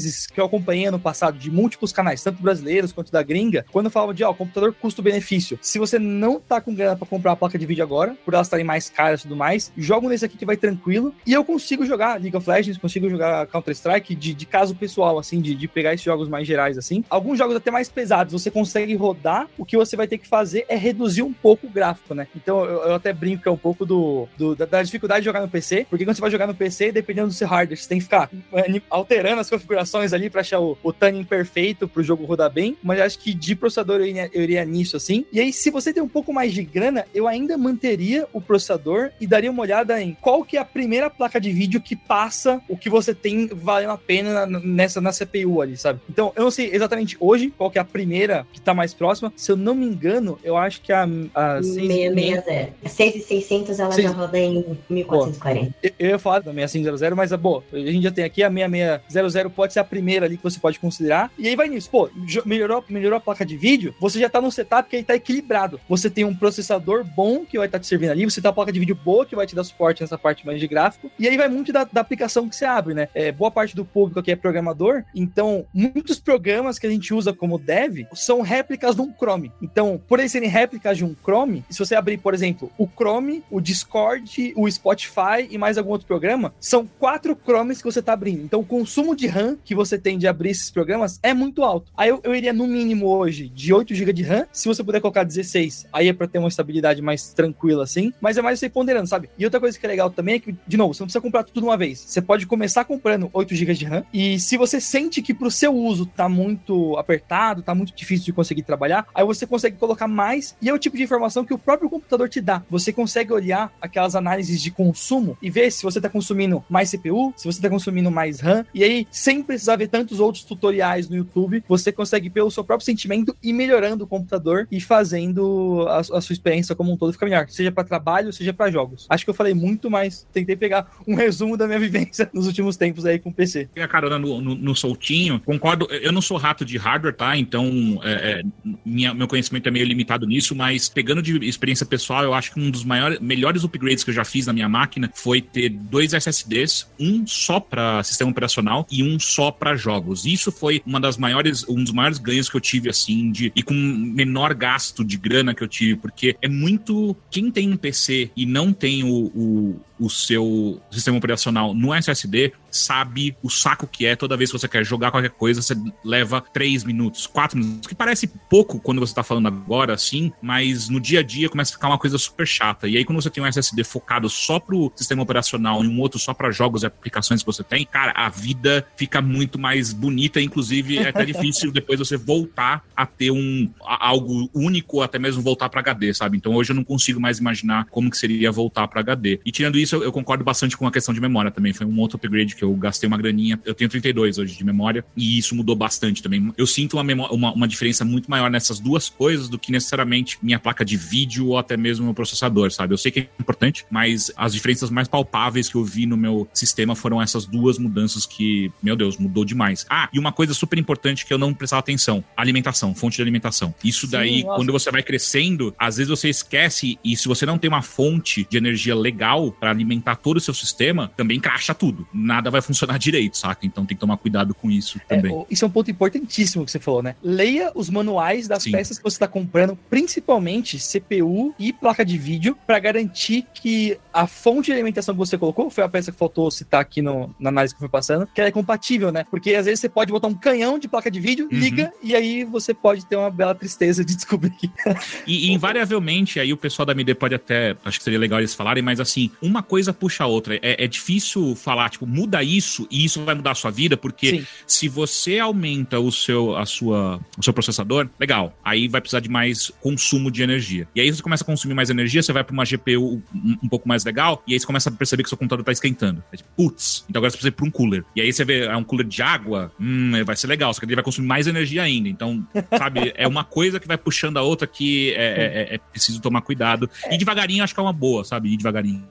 análises que eu acompanhei ano passado de múltiplos canais, tanto brasileiros quanto da gringa, quando falavam de, ó, computador custo-benefício. Se você não tá com grana pra comprar a placa de vídeo agora, por elas estarem mais caras e tudo mais, jogo nesse aqui que vai tranquilo, e eu consigo jogar League of Legends, consigo jogar Counter-Strike de, de caso pessoal, assim, de, de pegar esses jogos mais gerais, assim. Alguns jogos até mais pesados, você consegue rodar, o que você vai ter que fazer é reduzir um pouco o gráfico, né? Então, eu, eu até brinco que é um pouco do, do da, da dificuldade de jogar no P C, porque quando você vai jogar no P C, dependendo do seu hardware, você tem que ficar alterando as configurações ali pra achar o, o timing perfeito pro jogo rodar bem, mas eu acho que de processador eu iria, eu iria nisso, assim. E aí, se você tem um pouco mais de grana, eu ainda manteria o processador e daria uma olhada em qual que é a primeira placa de vídeo que passa o que você tem valendo a pena nessa, na C P U ali, sabe? Então, eu não sei exatamente hoje qual que é a primeira que tá mais próxima. Se eu não me engano, eu acho que a, a seiscentos e sessenta. A seis mil e seiscentos ela seis... já roda em mil quatrocentos e quarenta. Eu, eu ia falar da sessenta e cinco zero zero, mas, pô, a gente já tem aqui a sessenta e seis zero zero, pode ser a primeira ali que você pode considerar. E aí vai nisso. Pô, melhorou, melhorou a placa de vídeo, você já tá num setup que aí tá equilibrado. Você tem um processador bom que vai estar tá te servindo ali, você tem uma placa de vídeo boa que vai te dar suporte nessa parte mais de gráfico. E aí vai muito da, da aplicação que você abre, né? É, boa parte do público aqui é programador, então muitos programas que a gente usa como dev são réplicas de um Chrome. Então, por eles serem réplicas de um Chrome, se você abrir, por exemplo, o Chrome, o Discord, o Spotify e mais algum outro programa, são quatro Chromes que você tá abrindo. Então, o consumo de RAM que você tem de abrir esses programas é muito alto. Aí eu, eu iria no mínimo hoje de oito gigas de RAM, se você puder colocar dezesseis, aí é pra ter uma estabilidade mais tranquila assim, mas é mais você ponderando, sabe? E outra coisa que é legal também é que, de novo, você não precisa comprar tudo de uma vez. Você pode começar comprando oito gigas de RAM, e se você sente que pro seu uso tá muito apertado, tá muito difícil de conseguir trabalhar, aí você consegue colocar mais, e é o tipo de informação que o próprio computador te dá. Você consegue olhar aquelas análises de consumo e ver se você tá consumindo mais C P U, se você tá consumindo mais RAM, e aí, sem precisar ver tantos outros tutoriais no YouTube, você consegue, pelo seu próprio sentimento, ir melhorando o computador e fazendo a, a sua experiência como um todo ficar melhor, seja para trabalho, seja para jogos. Acho que eu falei muito, mas tentei pegar um resumo da minha vivência nos últimos tempos aí com o P C. A carona no, no, no soltinho, concordo, eu não sou rato de hardware, tá? Então, é, é, minha, meu conhecimento é meio limitado nisso, mas pegando de experiência pessoal, eu acho que um dos maiores, melhores upgrades que eu já fiz na minha máquina foi ter dois S S Ds, um só para sistema operacional e um só para jogos. Isso foi uma das maiores, um dos maiores ganhos que eu tive, assim, de, e com menor gasto de grana que eu tive, porque é muito... Quem tem um P C e não tem o, o, o seu sistema operacional no S S D, sabe o saco que é toda vez que você quer jogar qualquer coisa, você leva três minutos, quatro minutos, que parece pouco quando você tá falando agora, assim, mas no dia a dia começa a ficar uma coisa super chata. E aí quando você tem um S S D focado só pro sistema operacional e um outro só para jogos e aplicações que você tem, cara, a vida fica muito mais bonita, inclusive é até difícil depois você voltar a ter um a, algo único, até mesmo voltar para H D, sabe? Então hoje eu não consigo mais imaginar como que seria voltar para H D. E tirando isso, eu, eu concordo bastante com a questão de memória também, foi um outro upgrade que eu gastei uma graninha. Eu tenho trinta e dois hoje de memória e isso mudou bastante também. Eu sinto uma, memória, uma, uma diferença muito maior nessas duas coisas do que necessariamente minha placa de vídeo ou até mesmo meu processador, sabe? Eu sei que é importante, mas as diferenças mais palpáveis que eu vi no meu sistema foram essas duas mudanças que, meu Deus, mudou demais. Ah, e uma coisa super importante que eu não prestava atenção, alimentação, fonte de alimentação. Isso daí, sim, quando você vai crescendo, às vezes você esquece, e se você não tem uma fonte de energia legal para alimentar todo o seu sistema, também cracha tudo. Nada vai funcionar direito, saca? Então tem que tomar cuidado com isso também. É, isso é um ponto importantíssimo que você falou, né? Leia os manuais das Sim. peças que você está comprando, principalmente C P U e placa de vídeo, para garantir que a fonte de alimentação que você colocou, foi a peça que faltou citar aqui no, na análise que foi passando, que ela é compatível, né? Porque às vezes você pode botar um canhão de placa de vídeo, uhum. liga, e aí você pode ter uma bela tristeza de descobrir. E, e invariavelmente, aí o pessoal da A M D pode até, acho que seria legal eles falarem, mas assim, uma coisa puxa a outra. É, é difícil falar, tipo, muda isso e isso vai mudar a sua vida, porque Sim. se você aumenta o seu, a sua, o seu processador, legal, aí vai precisar de mais consumo de energia. E aí você começa a consumir mais energia, você vai para uma G P U um, um pouco mais legal, e aí você começa a perceber que seu computador tá esquentando. É tipo, putz, então agora você precisa ir para um cooler. E aí você vê, é um cooler de água, hum, vai ser legal, só que ele vai consumir mais energia ainda. Então, sabe, é uma coisa que vai puxando a outra que é, é, é preciso tomar cuidado. E devagarinho acho que é uma boa, sabe, ir devagarinho. E até tomar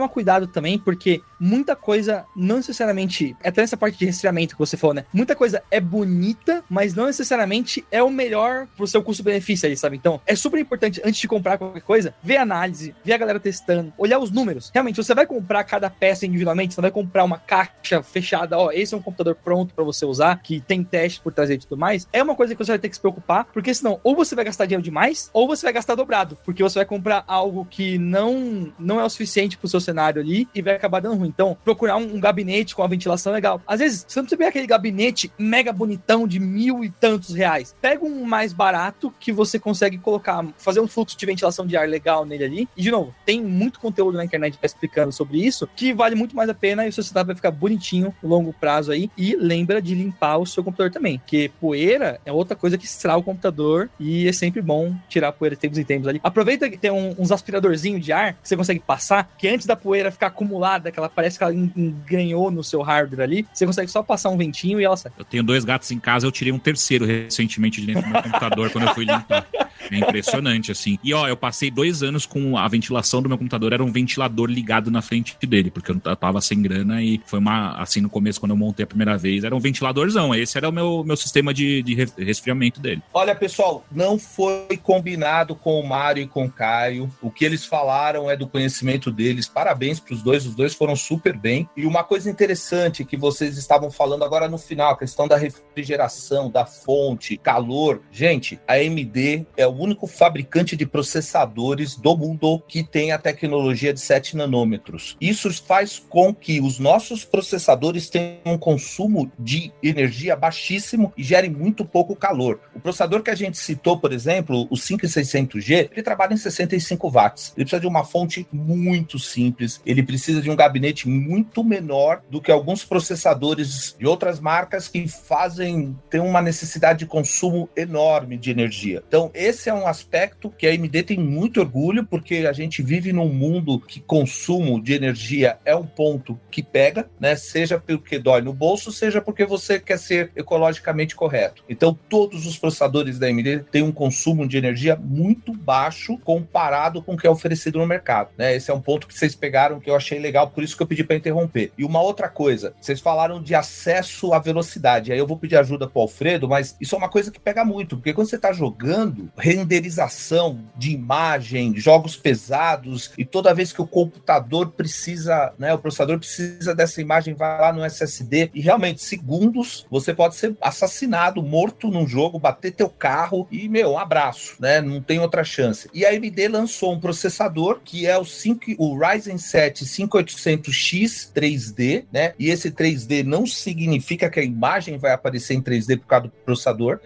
tomar cuidado também, porque muita coisa não necessariamente, até nessa parte de resfriamento que você falou, né? Muita coisa é bonita, mas não necessariamente é o melhor pro seu custo-benefício aí, sabe? Então, é super importante, antes de comprar qualquer coisa, ver a análise, ver a galera testando, olhar os números. Realmente, você vai comprar cada peça individualmente, você vai comprar uma caixa fechada, ó, esse é um computador pronto pra você usar, que tem teste por trás e tudo mais, é uma coisa que você vai ter que se preocupar, porque senão, ou você vai gastar dinheiro demais, ou você vai gastar dobrado, porque você vai comprar algo que não, não é o suficiente pro seu cenário ali e vai acabar dando ruim. Então, procurar um, um gabinete com a ventilação legal. Às vezes, você não precisa pegar aquele gabinete mega bonitão de mil e tantos reais. Pega um mais barato que você consegue colocar, fazer um fluxo de ventilação de ar legal nele ali. E, de novo, tem muito conteúdo na internet explicando sobre isso, que vale muito mais a pena e o seu setup vai ficar bonitinho no longo prazo aí. E lembra de limpar o seu computador também, porque poeira é outra coisa que estraga o computador e é sempre bom tirar a poeira de tempos em tempos ali. Aproveita que tem um, uns aspiradorzinhos de ar que você consegue passar, que antes da poeira ficar acumulada, que ela parece que ela engranhou no seu hardware ali, você consegue só passar um ventinho e ela sai. Eu tenho dois gatos em casa, eu tirei um terceiro recentemente de dentro do meu computador quando eu fui limpar. É impressionante, assim. E, ó, eu passei dois anos com a ventilação do meu computador, era um ventilador ligado na frente dele, porque eu tava sem grana e foi uma, assim, no começo, quando eu montei a primeira vez, era um ventiladorzão. Esse era o meu, meu sistema de, de resfriamento dele. Olha, pessoal, não foi combinado com o Mário e com o Caio. O que eles falaram é do conhecimento deles. Parabéns pros dois, os dois foram super bem. E uma coisa interessante que vocês estavam falando agora no final, a questão da refrigeração, da fonte, calor. Gente, a A M D é o único fabricante de processadores do mundo que tem a tecnologia de sete nanômetros. Isso faz com que os nossos processadores tenham um consumo de energia baixíssimo e gerem muito pouco calor. O processador que a gente citou, por exemplo, o cinco mil e seiscentos G, ele trabalha em sessenta e cinco watts. Ele precisa de uma fonte muito simples, ele precisa de um gabinete muito menor do que alguns processadores de outras marcas que fazem, tem uma necessidade de consumo enorme de energia. Então, esse é um aspecto que a A M D tem muito orgulho, porque a gente vive num mundo que consumo de energia é um ponto que pega, né? Seja porque dói no bolso, seja porque você quer ser ecologicamente correto. Então, todos os processadores da A M D têm um consumo de energia muito baixo comparado com o que é oferecido no mercado, né? Esse é um ponto que vocês pegaram que eu achei legal, por isso que eu pedi para interromper. E uma outra coisa, vocês falaram de acesso à velocidade, aí eu vou pedir ajuda pro Alfredo, mas isso é uma coisa que pega muito, porque quando você está jogando, renderização de imagem, jogos pesados, e toda vez que o computador precisa, né, o processador precisa dessa imagem, vai lá no S S D, e realmente, segundos, você pode ser assassinado, morto num jogo, bater teu carro, e, meu, um abraço, né, não tem outra chance. E a A M D lançou um processador, que é o, cinco, o Ryzen sete cinco mil e oitocentos X três D, né, e esse três D não significa que a imagem vai aparecer em três D por causa do processador.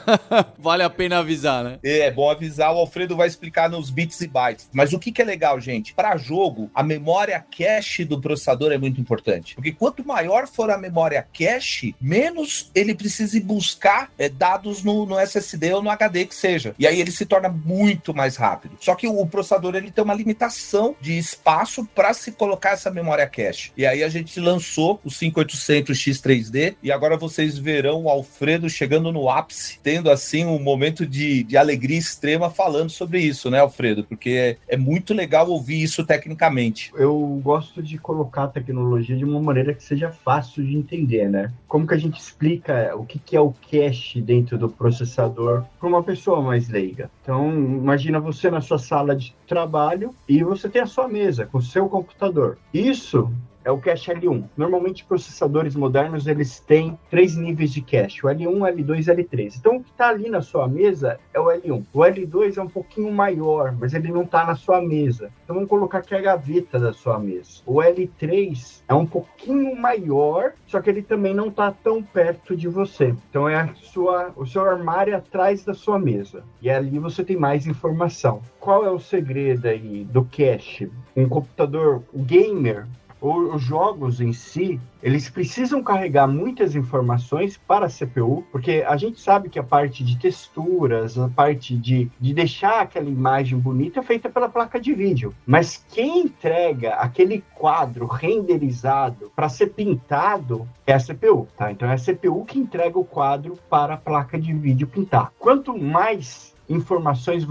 Vale a pena avisar, né? É bom avisar, o Alfredo vai explicar nos bits e bytes. Mas o que, que é legal, gente? Para jogo, a memória cache do processador é muito importante. Porque quanto maior for a memória cache, menos ele precisa ir buscar é, dados no, no S S D ou no H D que seja. E aí ele se torna muito mais rápido. Só que o processador ele tem uma limitação de espaço para se colocar essa memória cache. E aí a gente lançou o cinco mil e oitocentos X três D e agora vocês verão o Alfredo chegando no ápice, tendo assim um momento de, de alegria extrema falando sobre isso, né, Alfredo? Porque é, é muito legal ouvir isso tecnicamente. Eu gosto de colocar a tecnologia de uma maneira que seja fácil de entender, né? Como que a gente explica o que, que é o cache dentro do processador para uma pessoa mais leiga? Então, imagina você na sua sala de trabalho e você tem a sua mesa com o seu computador. Isso é o cache L um. Normalmente, processadores modernos, eles têm três níveis de cache. O L um, L dois e L três. Então, o que está ali na sua mesa é o L um. O L dois é um pouquinho maior, mas ele não está na sua mesa. Então, vamos colocar aqui a gaveta da sua mesa. O L três é um pouquinho maior, só que ele também não está tão perto de você. Então, é a sua, o seu armário atrás da sua mesa. E ali você tem mais informação. Qual é o segredo aí do cache? Um computador gamer, ou os jogos em si, eles precisam carregar muitas informações para a C P U, porque a gente sabe que a parte de texturas, a parte de, de deixar aquela imagem bonita é feita pela placa de vídeo. Mas quem entrega aquele quadro renderizado para ser pintado é a C P U, tá? Então é a C P U que entrega o quadro para a placa de vídeo pintar. Quanto mais informações você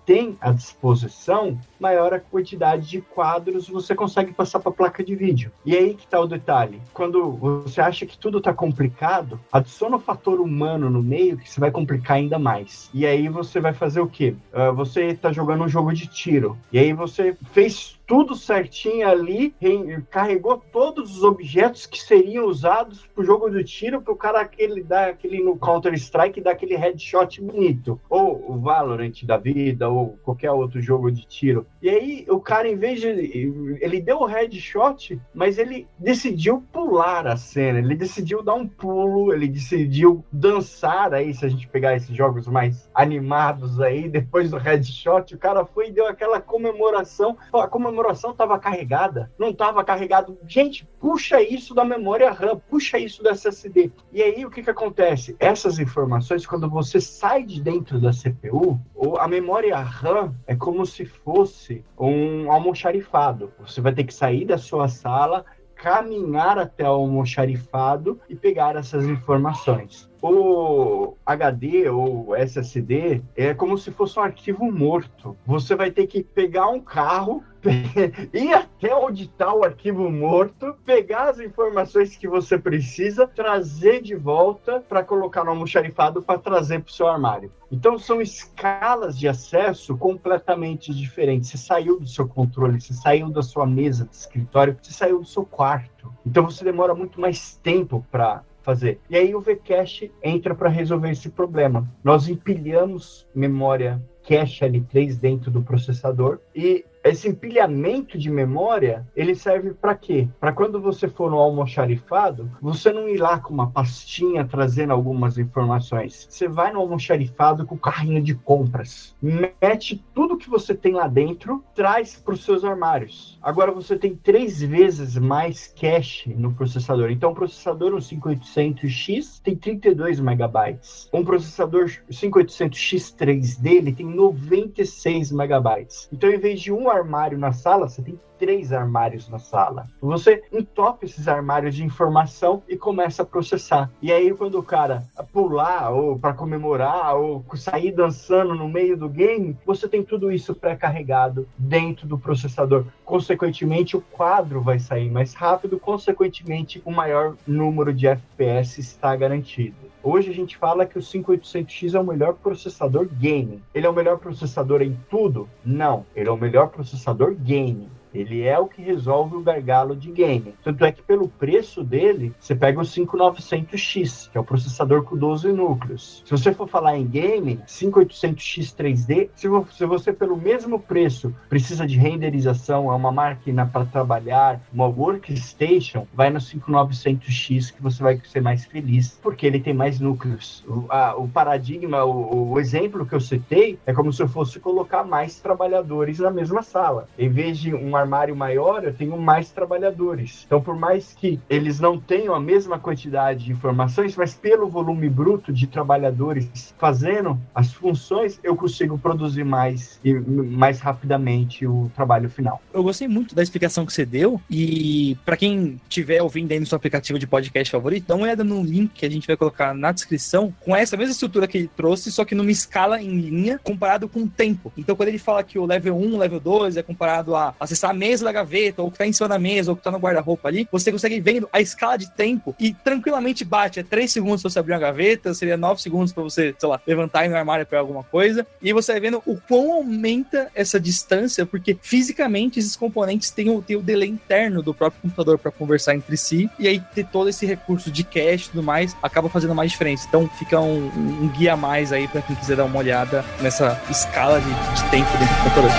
tem à disposição, maior a quantidade de quadros você consegue passar para a placa de vídeo. E aí que está o detalhe. Quando você acha que tudo está complicado, adiciona o fator humano no meio que você vai complicar ainda mais. E aí você vai fazer o quê? Uh, você está jogando um jogo de tiro. E aí você fez tudo certinho ali, carregou todos os objetos que seriam usados pro jogo do tiro, pro cara aquele dar aquele no Counter-Strike dar aquele headshot bonito. Ou o Valorant da vida, ou qualquer outro jogo de tiro. E aí o cara, em vez de... ele deu o headshot, mas ele decidiu pular a cena, ele decidiu dar um pulo, ele decidiu dançar aí, se a gente pegar esses jogos mais animados aí, depois do headshot, o cara foi e deu aquela comemoração, a comemoração comemoração estava carregada, não estava carregado. Gente, puxa isso da memória RAM, puxa isso da S S D. E aí o que que acontece? Essas informações, quando você sai de dentro da C P U, a memória RAM é como se fosse um almoxarifado. Você vai ter que sair da sua sala, caminhar até o almoxarifado e pegar essas informações. O H D ou S S D é como se fosse um arquivo morto. Você vai ter que pegar um carro, ir até onde está o arquivo morto, pegar as informações que você precisa, trazer de volta para colocar no almoxarifado para trazer para o seu armário. Então são escalas de acesso completamente diferentes. Você saiu do seu controle, você saiu da sua mesa de escritório, você saiu do seu quarto. Então você demora muito mais tempo para fazer. E aí o Vcache entra para resolver esse problema. Nós empilhamos memória cache L três dentro do processador e esse empilhamento de memória, ele serve para quê? Para quando você for no almoxarifado, você não ir lá com uma pastinha trazendo algumas informações. Você vai no almoxarifado com o carrinho de compras, mete tudo que você tem lá dentro, traz para os seus armários. Agora você tem três vezes mais cache no processador. Então, um processador um cinco mil e oitocentos X tem trinta e dois megabytes. Um processador cinco mil e oitocentos X três D ele tem noventa e seis megabytes. Então, em vez de um armário na sala, você tem três armários na sala. Você entope esses armários de informação e começa a processar. E aí, quando o cara pular, ou para comemorar, ou sair dançando no meio do game, você tem tudo isso pré-carregado dentro do processador. Consequentemente, o quadro vai sair mais rápido, consequentemente, o maior número de F P S está garantido. Hoje a gente fala que o cinco mil e oitocentos X é o melhor processador gaming. Ele é o melhor processador em tudo? Não. Ele é o melhor processador gaming. Ele é o que resolve o gargalo de game. Tanto é que pelo preço dele, você pega o cinco mil e novecentos X, que é o processador com doze núcleos. Se você for falar em game, cinco mil e oitocentos X três D, se você pelo mesmo preço precisa de renderização, é uma máquina para trabalhar, uma workstation, vai no cinco mil e novecentos X que você vai ser mais feliz, porque ele tem mais núcleos. O, a, o paradigma, o, o exemplo que eu citei, é como se eu fosse colocar mais trabalhadores na mesma sala. Em vez de um armário maior, eu tenho mais trabalhadores. Então, por mais que eles não tenham a mesma quantidade de informações, mas pelo volume bruto de trabalhadores fazendo as funções, eu consigo produzir mais e mais rapidamente o trabalho final. Eu gostei muito da explicação que você deu e para quem estiver ouvindo aí no seu aplicativo de podcast favorito, dá uma olhada no link que a gente vai colocar na descrição com essa mesma estrutura que ele trouxe, só que numa escala em linha comparado com o tempo. Então, quando ele fala que o level um, level dois é comparado a acessar a mesa da gaveta, ou que tá em cima da mesa, ou que tá no guarda-roupa ali, você consegue vendo a escala de tempo e tranquilamente bate. É três segundos pra você abrir uma gaveta, seria nove segundos pra você, sei lá, levantar e ir no armário pra alguma coisa. E você vai vendo o quão aumenta essa distância, porque fisicamente esses componentes têm o, têm o delay interno do próprio computador pra conversar entre si, e aí ter todo esse recurso de cache e tudo mais acaba fazendo mais diferença. Então fica um, um guia a mais aí pra quem quiser dar uma olhada nessa escala de, de tempo dentro do computador.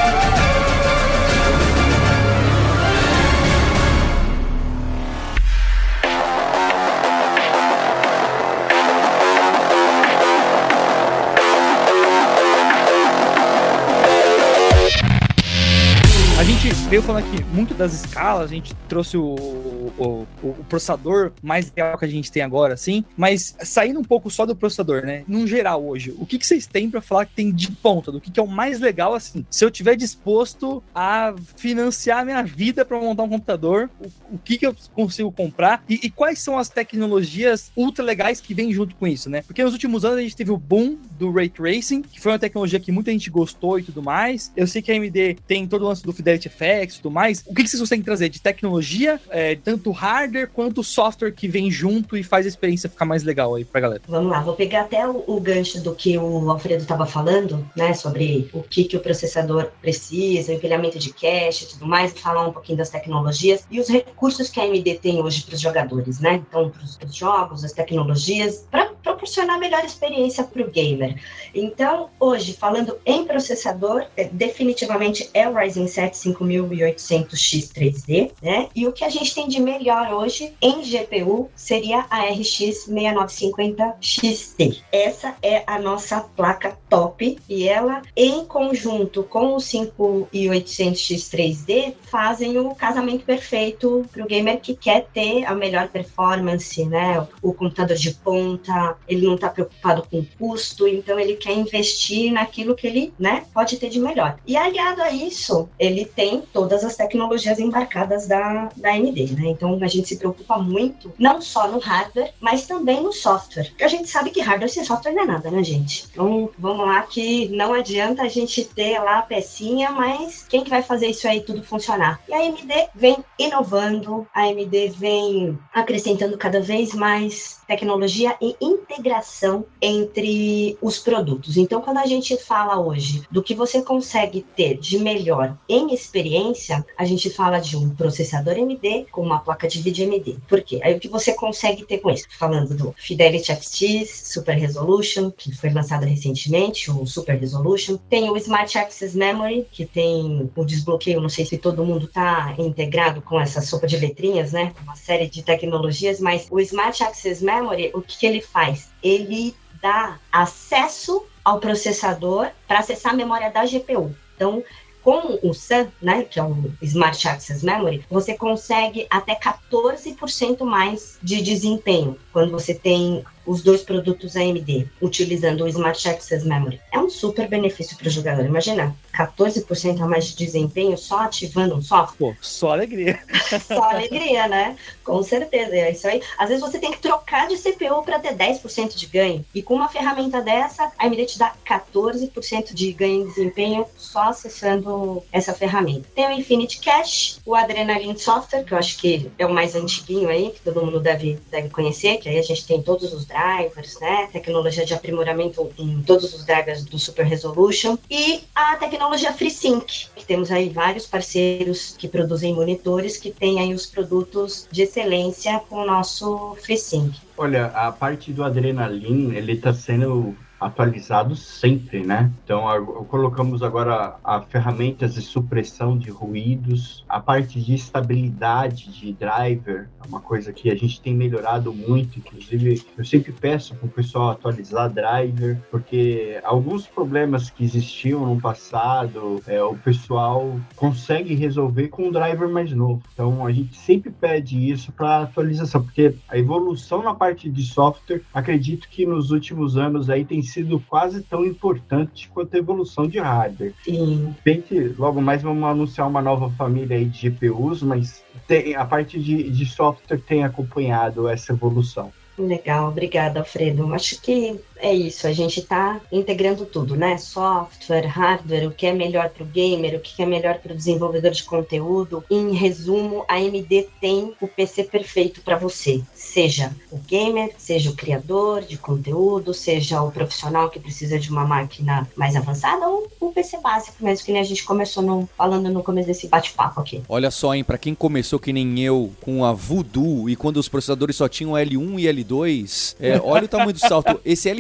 gente veio falando aqui muito das escalas, a gente trouxe o, o, o, o processador mais real que a gente tem agora, assim, mas saindo um pouco só do processador, né? Num geral hoje, o que, que vocês têm pra falar que tem de ponta, do que, que é o mais legal, assim? Se eu tiver disposto a financiar a minha vida pra montar um computador, o, o que, que eu consigo comprar e, e quais são as tecnologias ultra legais que vêm junto com isso, né? Porque nos últimos anos a gente teve o boom do Ray Tracing, que foi uma tecnologia que muita gente gostou e tudo mais. Eu sei que a A M D tem todo o lance do Fidelity F X e tudo mais. O que, que vocês conseguem trazer de tecnologia, é, tanto hardware quanto software que vem junto e faz a experiência ficar mais legal aí pra galera? Vamos lá, vou pegar até o, o gancho do que o Alfredo estava falando, né, sobre o que, que o processador precisa, o empilhamento de cache e tudo mais, e falar um pouquinho das tecnologias e os recursos que a A M D tem hoje para os jogadores, né? Então, para os jogos, as tecnologias, para proporcionar a melhor experiência para o gamer. Então, hoje, falando em processador, é, definitivamente é o Ryzen sete cinco mil e oitocentos X três D, né? E o que a gente tem de melhor hoje em G P U seria a R X seis mil novecentos e cinquenta X T. Essa é a nossa placa top e ela, em conjunto com o cinco mil e oitocentos X três D, fazem o casamento perfeito para o gamer que quer ter a melhor performance, né? O computador de ponta, ele não está preocupado com o custo, então ele quer investir naquilo que ele, né, pode ter de melhor. E aliado a isso, ele tem todas as tecnologias embarcadas da, da A M D, né? Então a gente se preocupa muito, não só no hardware, mas também no software. Porque a gente sabe que hardware sem software não é nada, né, gente? Então vamos lá que não adianta a gente ter lá a pecinha, mas quem que vai fazer isso aí tudo funcionar? E a A M D vem inovando, a A M D vem acrescentando cada vez mais tecnologia e integração entre os produtos. Então, quando a gente fala hoje do que você consegue ter de melhor em experiência, a gente fala de um processador A M D com uma placa de vídeo A M D. Por quê? Aí o que você consegue ter com isso? Falando do Fidelity X T Super Resolution, que foi lançado recentemente, o Super Resolution. Tem o Smart Access Memory, que tem o desbloqueio, não sei se todo mundo está integrado com essa sopa de letrinhas, né? Uma série de tecnologias, mas o Smart Access Memory, o que, que ele faz? Ele dá acesso ao processador para acessar a memória da G P U. Então, com o S A M, né, que é o Smart Access Memory, você consegue até quatorze por cento mais de desempenho quando você tem os dois produtos A M D, utilizando o Smart Access Memory. É um super benefício para o jogador. Imagina, quatorze por cento a mais de desempenho só ativando um software. Pô, só alegria. Só alegria, né? Com certeza, é isso aí. Às vezes você tem que trocar de C P U para ter dez por cento de ganho. E com uma ferramenta dessa, a A M D te dá quatorze por cento de ganho em desempenho só acessando essa ferramenta. Tem o Infinity Cache, o Adrenaline Software, que eu acho que é o mais antiguinho aí, que todo mundo deve, deve conhecer, que aí a gente tem todos os drivers, né? Tecnologia de aprimoramento em todos os drivers do Super Resolution. E a tecnologia FreeSync, que temos aí vários parceiros que produzem monitores que têm aí os produtos de excelência com o nosso FreeSync. Olha, a parte do Adrenaline, ele está sendo atualizado sempre, né? Então, a, colocamos agora a ferramentas de supressão de ruídos, a parte de estabilidade de driver, é uma coisa que a gente tem melhorado muito, inclusive eu sempre peço para o pessoal atualizar driver, porque alguns problemas que existiam no passado, é, o pessoal consegue resolver com um driver mais novo. Então, a gente sempre pede isso para atualização, porque a evolução na parte de software, acredito que nos últimos anos aí tem sido quase tão importante quanto a evolução de hardware. Sim. Bem que logo mais vamos anunciar uma nova família aí de G P Us, mas tem, a parte de, de software tem acompanhado essa evolução. Legal, obrigada, Alfredo. Acho que é isso, a gente está integrando tudo, né? Software, hardware, o que é melhor para o gamer, o que é melhor para o desenvolvedor de conteúdo. Em resumo, a A M D tem o P C perfeito para você, seja o gamer, seja o criador de conteúdo, seja o profissional que precisa de uma máquina mais avançada ou o P C básico mesmo, que nem a gente começou no, falando no começo desse bate-papo aqui. Olha só, hein, para quem começou que nem eu com a Voodoo e quando os processadores só tinham L um e L dois, é, olha o tamanho do salto. Esse L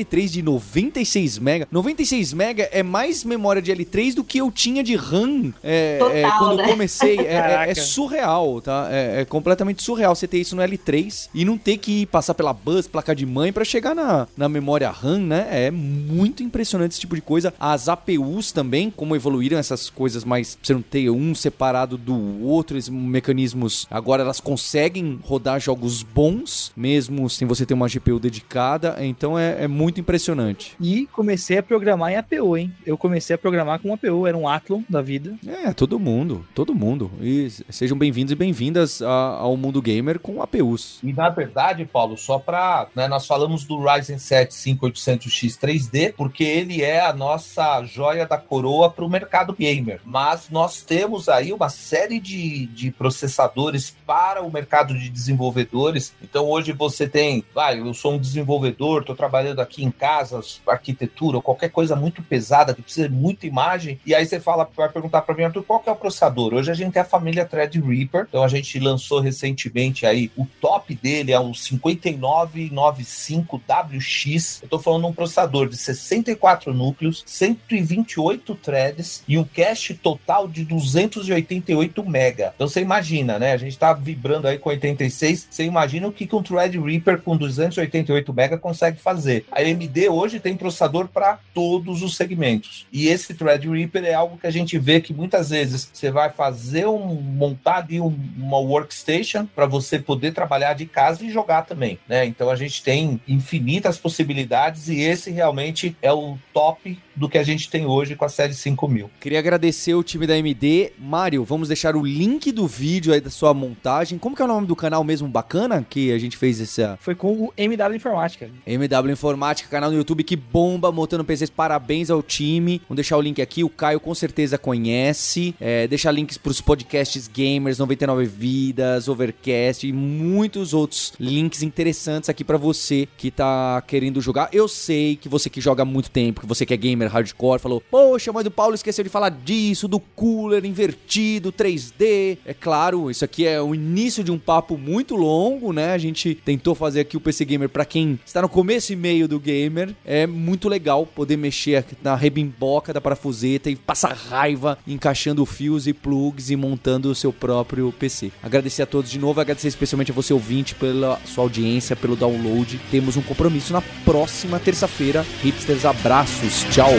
três de noventa e seis mega. noventa e seis mega é mais memória de L três do que eu tinha de RAM é, Total, é, quando né? eu comecei. É, é, é Caraca. surreal, tá? É, é completamente surreal você ter isso no L três e não ter que passar pela bus, placa de mãe pra chegar na, na memória RAM, né? É muito impressionante esse tipo de coisa. As A P Us também, como evoluíram essas coisas mais... Você não ter um separado do outro, esses mecanismos... Agora elas conseguem rodar jogos bons, mesmo sem você ter uma G P U dedicada. Então é, é muito impressionante. E comecei a programar em A P U, hein? Eu comecei a programar com A P U, era um Athlon da vida. É, todo mundo, todo mundo. E sejam bem-vindos e bem-vindas a, ao mundo gamer com A P Us. E na verdade, Paulo, só para, né, nós falamos do Ryzen sete cinco mil e oitocentos X três D, porque ele é a nossa joia da coroa para o mercado gamer. Mas nós temos aí uma série de, de processadores para o mercado de desenvolvedores. Então hoje você tem, vai, eu sou um desenvolvedor, estou trabalhando aqui em casa, arquitetura, ou qualquer coisa muito pesada, que precisa de muita imagem, e aí você fala, vai perguntar para mim, Arthur, qual que é o processador? Hoje a gente tem a família Threadripper, então a gente lançou recentemente aí, o top dele é um cinquenta e nove noventa e cinco W X, eu tô falando de um processador de sessenta e quatro núcleos, cento e vinte e oito threads e um cache total de duzentos e oitenta e oito mega. Então você imagina, né? A gente tá vibrando aí com oitenta e seis, você imagina o que, que um Threadripper com duzentos e oitenta e oito mega consegue fazer. A A M D hoje tem processador para todos os segmentos. E esse Threadripper é algo que a gente vê que muitas vezes você vai fazer um montar ali um, uma workstation para você poder trabalhar de casa e jogar também, né? Então a gente tem infinitas possibilidades e esse realmente é o top do que a gente tem hoje com a série cinco mil. Queria agradecer o time da A M D. Mário, vamos deixar o link do vídeo aí da sua montagem. Como que é o nome do canal mesmo bacana que a gente fez essa... Foi com o M W Informática. M W Informática, canal no YouTube que bomba, montando P Cs. Parabéns ao time. Vamos deixar o link aqui. O Caio com certeza conhece. É, deixar links pros podcasts gamers, noventa e nove Vidas, Overcast e muitos outros links interessantes aqui pra você que tá querendo jogar. Eu sei que você que joga há muito tempo, que você que é gamer hardcore, falou, poxa, mas o Paulo esqueceu de falar disso, do cooler invertido, três D. É claro, isso aqui é o início de um papo muito longo, né? A gente tentou fazer aqui o P C Gamer pra quem está no começo e meio do gamer. É muito legal poder mexer na rebimboca da parafuseta e passar raiva encaixando fios e plugs e montando o seu próprio P C. Agradecer a todos de novo, agradecer especialmente a você ouvinte pela sua audiência, pelo download. Temos um compromisso na próxima terça-feira. Hipsters, abraços, tchau!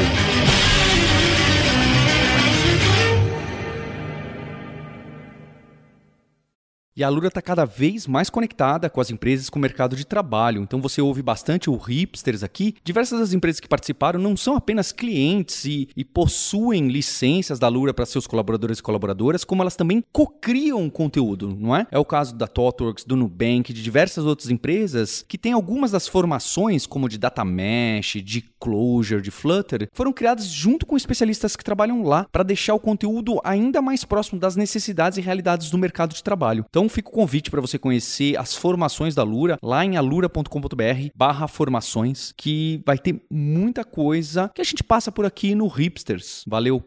E a Alura está cada vez mais conectada com as empresas, com o mercado de trabalho. Então você ouve bastante o Hipsters aqui. Diversas das empresas que participaram não são apenas clientes e, e possuem licenças da Alura para seus colaboradores e colaboradoras, como elas também cocriam conteúdo, não é? É o caso da ThoughtWorks, do Nubank, de diversas outras empresas que têm algumas das formações, como de Data Mesh, de Clojure, de Flutter, foram criadas junto com especialistas que trabalham lá para deixar o conteúdo ainda mais próximo das necessidades e realidades do mercado de trabalho. Então fica o convite para você conhecer as formações da Alura lá em alura ponto com ponto b r barra formações, que vai ter muita coisa que a gente passa por aqui no Hipsters. Valeu!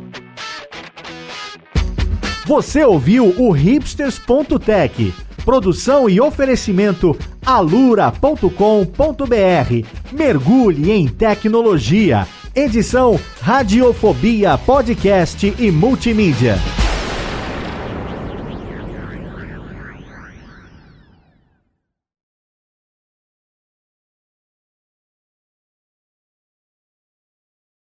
Você ouviu o hipsters ponto tech. Produção e oferecimento alura ponto com ponto b r. Mergulhe em tecnologia. Edição Radiofobia Podcast e Multimídia.